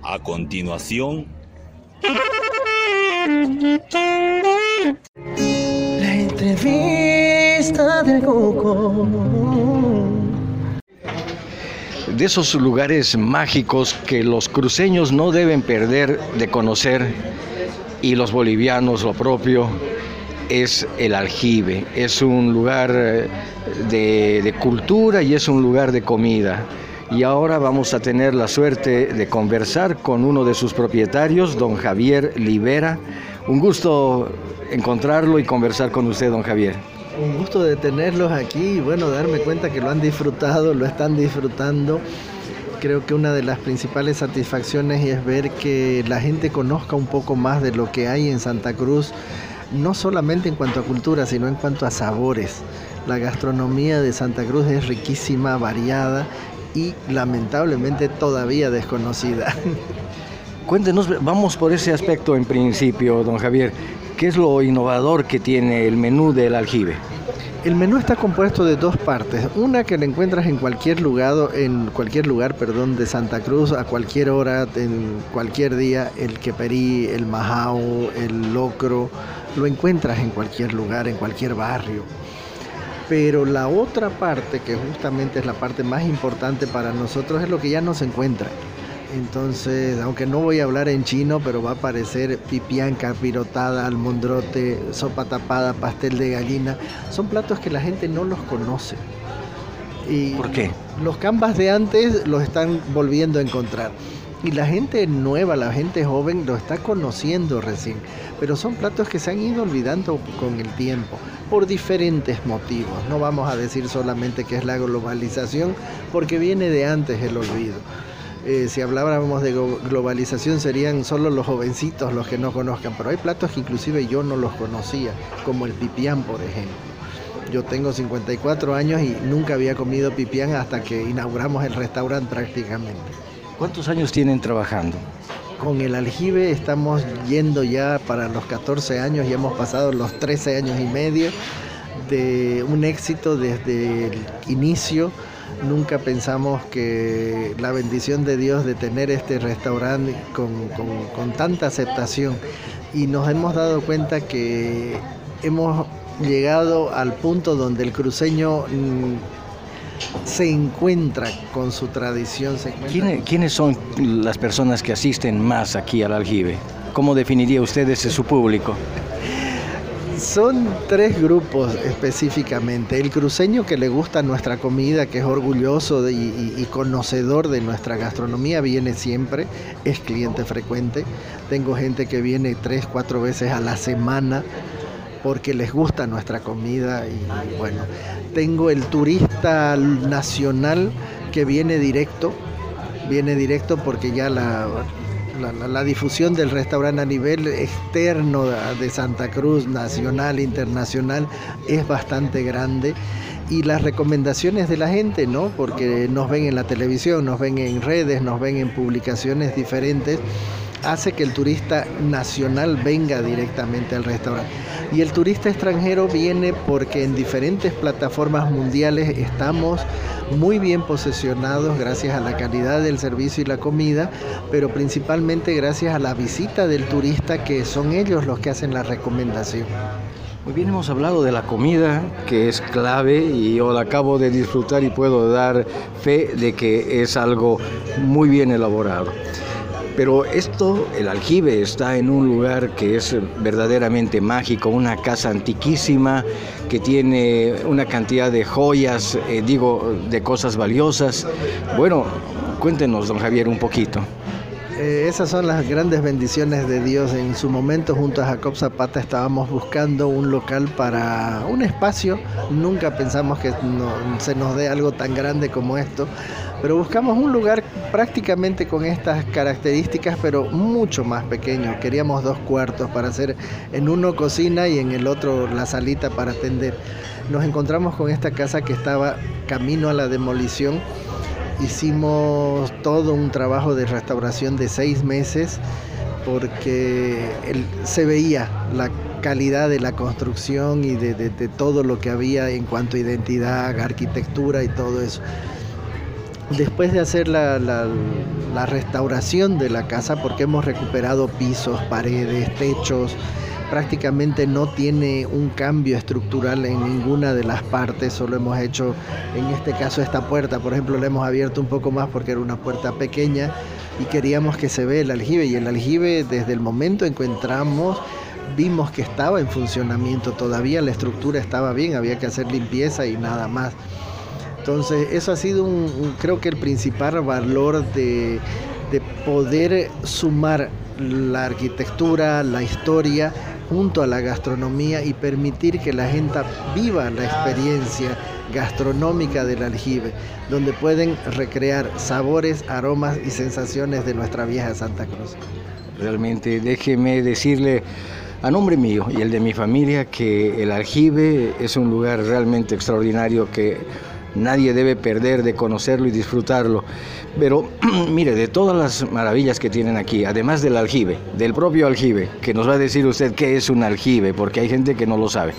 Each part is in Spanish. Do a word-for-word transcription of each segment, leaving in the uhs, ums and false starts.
A continuación, la entrevista del Coco. De esos lugares mágicos que los cruceños no deben perder de conocer, y los bolivianos lo propio, es el Aljibe. Es un lugar de, de cultura y es un lugar de comida. Y ahora vamos a tener la suerte de conversar con uno de sus propietarios, don Javier Libera. Un gusto encontrarlo y conversar con usted, don Javier. Un gusto de tenerlos aquí y bueno, darme cuenta que lo han disfrutado, lo están disfrutando. Creo que una de las principales satisfacciones es ver que la gente conozca un poco más de lo que hay en Santa Cruz, no solamente en cuanto a cultura, sino en cuanto a sabores. La gastronomía de Santa Cruz es riquísima, variada y lamentablemente todavía desconocida. Cuéntenos, vamos por ese aspecto en principio, don Javier. ¿Qué es lo innovador que tiene el menú del Aljibe? El menú está compuesto de dos partes. Una que la encuentras en cualquier lugar, en cualquier lugar, perdón, de Santa Cruz, a cualquier hora, en cualquier día. El queperí, el majao, el locro, lo encuentras en cualquier lugar, en cualquier barrio. Pero la otra parte, que justamente es la parte más importante para nosotros, es lo que ya no se encuentra. Entonces, aunque no voy a hablar en chino, pero va a aparecer pipián, capirotada, almondrote, sopa tapada, pastel de gallina. Son platos que la gente no los conoce. Y ¿por qué? Los cambas de antes los están volviendo a encontrar. Y la gente nueva, la gente joven, lo está conociendo recién. Pero son platos que se han ido olvidando con el tiempo, por diferentes motivos. No vamos a decir solamente que es la globalización, porque viene de antes el olvido. Eh, si habláramos de globalización serían solo los jovencitos los que no conozcan, pero hay platos que inclusive yo no los conocía, como el pipián, por ejemplo. Yo tengo cincuenta y cuatro años y nunca había comido pipián hasta que inauguramos el restaurante prácticamente. ¿Cuántos años tienen trabajando? Con el Aljibe estamos yendo ya para los catorce años y hemos pasado los trece años y medio de un éxito desde el inicio. Nunca pensamos que la bendición de Dios de tener este restaurante con, con, con tanta aceptación, y nos hemos dado cuenta que hemos llegado al punto donde el cruceño mmm, se encuentra con su tradición. Se ¿Quiénes, ¿Quiénes son las personas que asisten más aquí al Aljibe? ¿Cómo definiría usted ese su público? Son tres grupos específicamente. El cruceño que le gusta nuestra comida, que es orgulloso de, y, y conocedor de nuestra gastronomía, viene siempre, es cliente frecuente. Tengo gente que viene tres, cuatro veces a la semana porque les gusta nuestra comida. Y bueno, tengo el turista nacional que viene directo, viene directo porque ya la... La, la, la difusión del restaurante a nivel externo de Santa Cruz, nacional, internacional, es bastante grande. Y las recomendaciones de la gente, ¿no? Porque nos ven en la televisión, nos ven en redes, nos ven en publicaciones diferentes, hace que el turista nacional venga directamente al restaurante. Y el turista extranjero viene porque en diferentes plataformas mundiales estamos muy bien posicionados gracias a la calidad del servicio y la comida, pero principalmente gracias a la visita del turista, que son ellos los que hacen la recomendación. Muy bien, hemos hablado de la comida, que es clave, y yo la acabo de disfrutar y puedo dar fe de que es algo muy bien elaborado. Pero esto, el Aljibe, está en un lugar que es verdaderamente mágico, una casa antiquísima que tiene una cantidad de joyas, eh, digo, de cosas valiosas. Bueno, cuéntenos, don Javier, un poquito. Eh, esas son las grandes bendiciones de Dios. En su momento, junto a Jacob Zapata, estábamos buscando un local para un espacio. Nunca pensamos que no, se nos dé algo tan grande como esto, pero buscamos un lugar prácticamente con estas características, pero mucho más pequeño. Queríamos dos cuartos para hacer, en uno cocina y en el otro la salita para atender. Nos encontramos con esta casa que estaba camino a la demolición. Hicimos todo un trabajo de restauración de seis meses porque el, se veía la calidad de la construcción y de, de, de todo lo que había en cuanto a identidad, arquitectura y todo eso. Después de hacer la, la, la restauración de la casa, porque hemos recuperado pisos, paredes, techos, prácticamente no tiene un cambio estructural en ninguna de las partes, solo hemos hecho, en este caso esta puerta, por ejemplo, la hemos abierto un poco más porque era una puerta pequeña y queríamos que se vea el aljibe, y el aljibe desde el momento en que entramos vimos que estaba en funcionamiento, todavía la estructura estaba bien, había que hacer limpieza y nada más. Entonces eso ha sido un, un, creo que el principal valor de, de poder sumar la arquitectura, la historia junto a la gastronomía y permitir que la gente viva la experiencia gastronómica del aljibe, donde pueden recrear sabores, aromas y sensaciones de nuestra vieja Santa Cruz. Realmente, déjeme decirle a nombre mío y el de mi familia que el aljibe es un lugar realmente extraordinario que nadie debe perder de conocerlo y disfrutarlo. Pero mire, de todas las maravillas que tienen aquí, además del aljibe, del propio aljibe, que nos va a decir usted qué es un aljibe, porque hay gente que no lo sabe.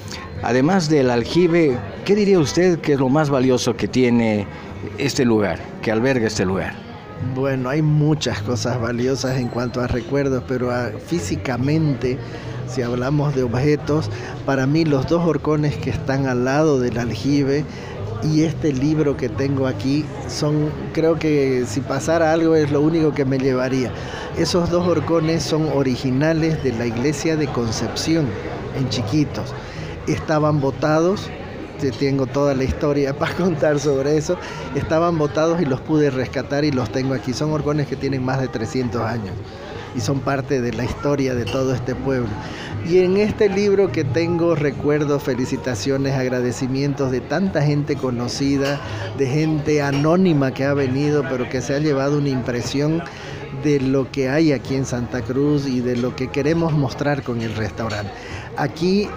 Además del aljibe, ¿qué diría usted que es lo más valioso que tiene este lugar, que alberga este lugar? Bueno, hay muchas cosas valiosas en cuanto a recuerdos, pero a, físicamente, si hablamos de objetos, para mí los dos horcones que están al lado del aljibe y este libro que tengo aquí son, creo que si pasara algo es lo único que me llevaría. Esos dos horcones son originales de la iglesia de Concepción, en Chiquitos. Estaban botados, tengo toda la historia para contar sobre eso, estaban botados y los pude rescatar y los tengo aquí. Son horcones que tienen más de trescientos años y son parte de la historia de todo este pueblo. Y en este libro que tengo recuerdos, felicitaciones, agradecimientos de tanta gente conocida, de gente anónima que ha venido, pero que se ha llevado una impresión de lo que hay aquí en Santa Cruz y de lo que queremos mostrar con el restaurante. Aquí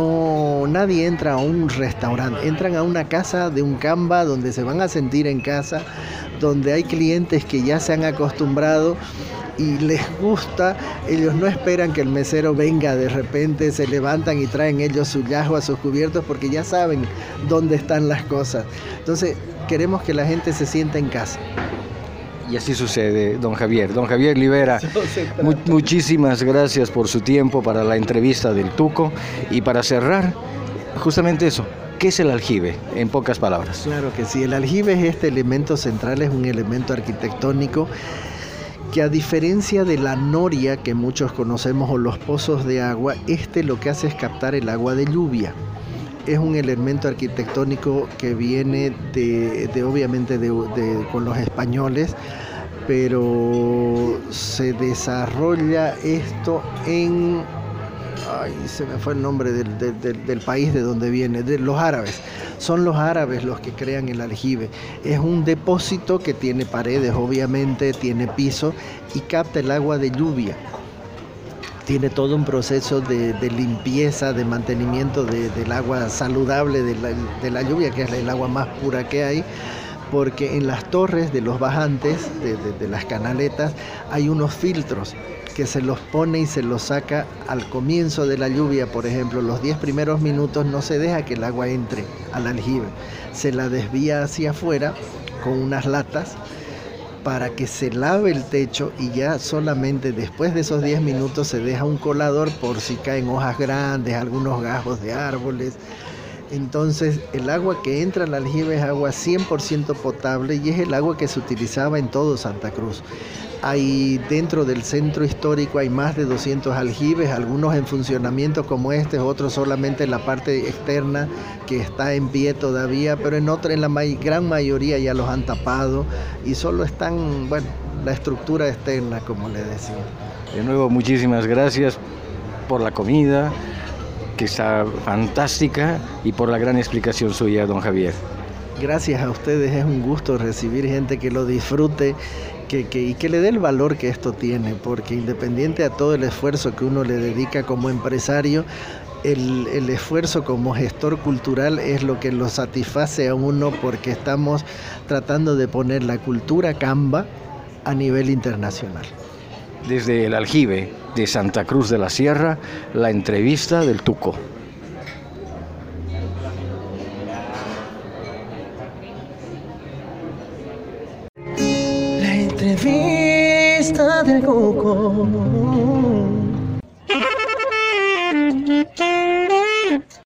no, nadie entra a un restaurante, entran a una casa de un camba donde se van a sentir en casa, donde hay clientes que ya se han acostumbrado y les gusta. Ellos no esperan que el mesero venga de repente, se levantan y traen ellos su llajua, sus cubiertos, porque ya saben dónde están las cosas. Entonces queremos que la gente se sienta en casa. Y así sucede, don Javier. Don Javier Livera, mu muchísimas gracias por su tiempo para la entrevista del Tuco. Y para cerrar, justamente eso, ¿qué es el aljibe, en pocas palabras? Claro que sí, el aljibe es este elemento central, es un elemento arquitectónico que, a diferencia de la noria que muchos conocemos o los pozos de agua, este lo que hace es captar el agua de lluvia. Es un elemento arquitectónico que viene de, de obviamente de, de, con los españoles, pero se desarrolla esto en, ay, se me fue el nombre del, del, del país de donde viene, de los árabes. Son los árabes los que crean el aljibe. Es un depósito que tiene paredes, obviamente, tiene piso y capta el agua de lluvia. Tiene todo un proceso de, de limpieza, de mantenimiento de, del agua saludable de la, de la lluvia, que es el agua más pura que hay, porque en las torres de los bajantes, de, de, de las canaletas, hay unos filtros que se los pone y se los saca al comienzo de la lluvia. Por ejemplo, los diez primeros minutos no se deja que el agua entre al aljibe, se la desvía hacia afuera con unas latas para que se lave el techo, y ya solamente después de esos diez minutos se deja un colador por si caen hojas grandes, algunos gajos de árboles. Entonces el agua que entra al aljibe es agua cien por ciento potable y es el agua que se utilizaba en todo Santa Cruz. Hay dentro del centro histórico hay más de doscientos aljibes, algunos en funcionamiento como este, otros solamente en la parte externa que está en pie todavía, pero en otra, en la may- gran mayoría ya los han tapado y solo están, bueno, la estructura externa, como le decía. De nuevo, muchísimas gracias por la comida, que está fantástica, y por la gran explicación suya, don Javier. Gracias a ustedes, es un gusto recibir gente que lo disfrute. Que, que, y que le dé el valor que esto tiene, porque independiente a todo el esfuerzo que uno le dedica como empresario, el, el esfuerzo como gestor cultural es lo que lo satisface a uno, porque estamos tratando de poner la cultura camba a nivel internacional. Desde el aljibe de Santa Cruz de la Sierra, la entrevista del Tuco. fiesta del coco.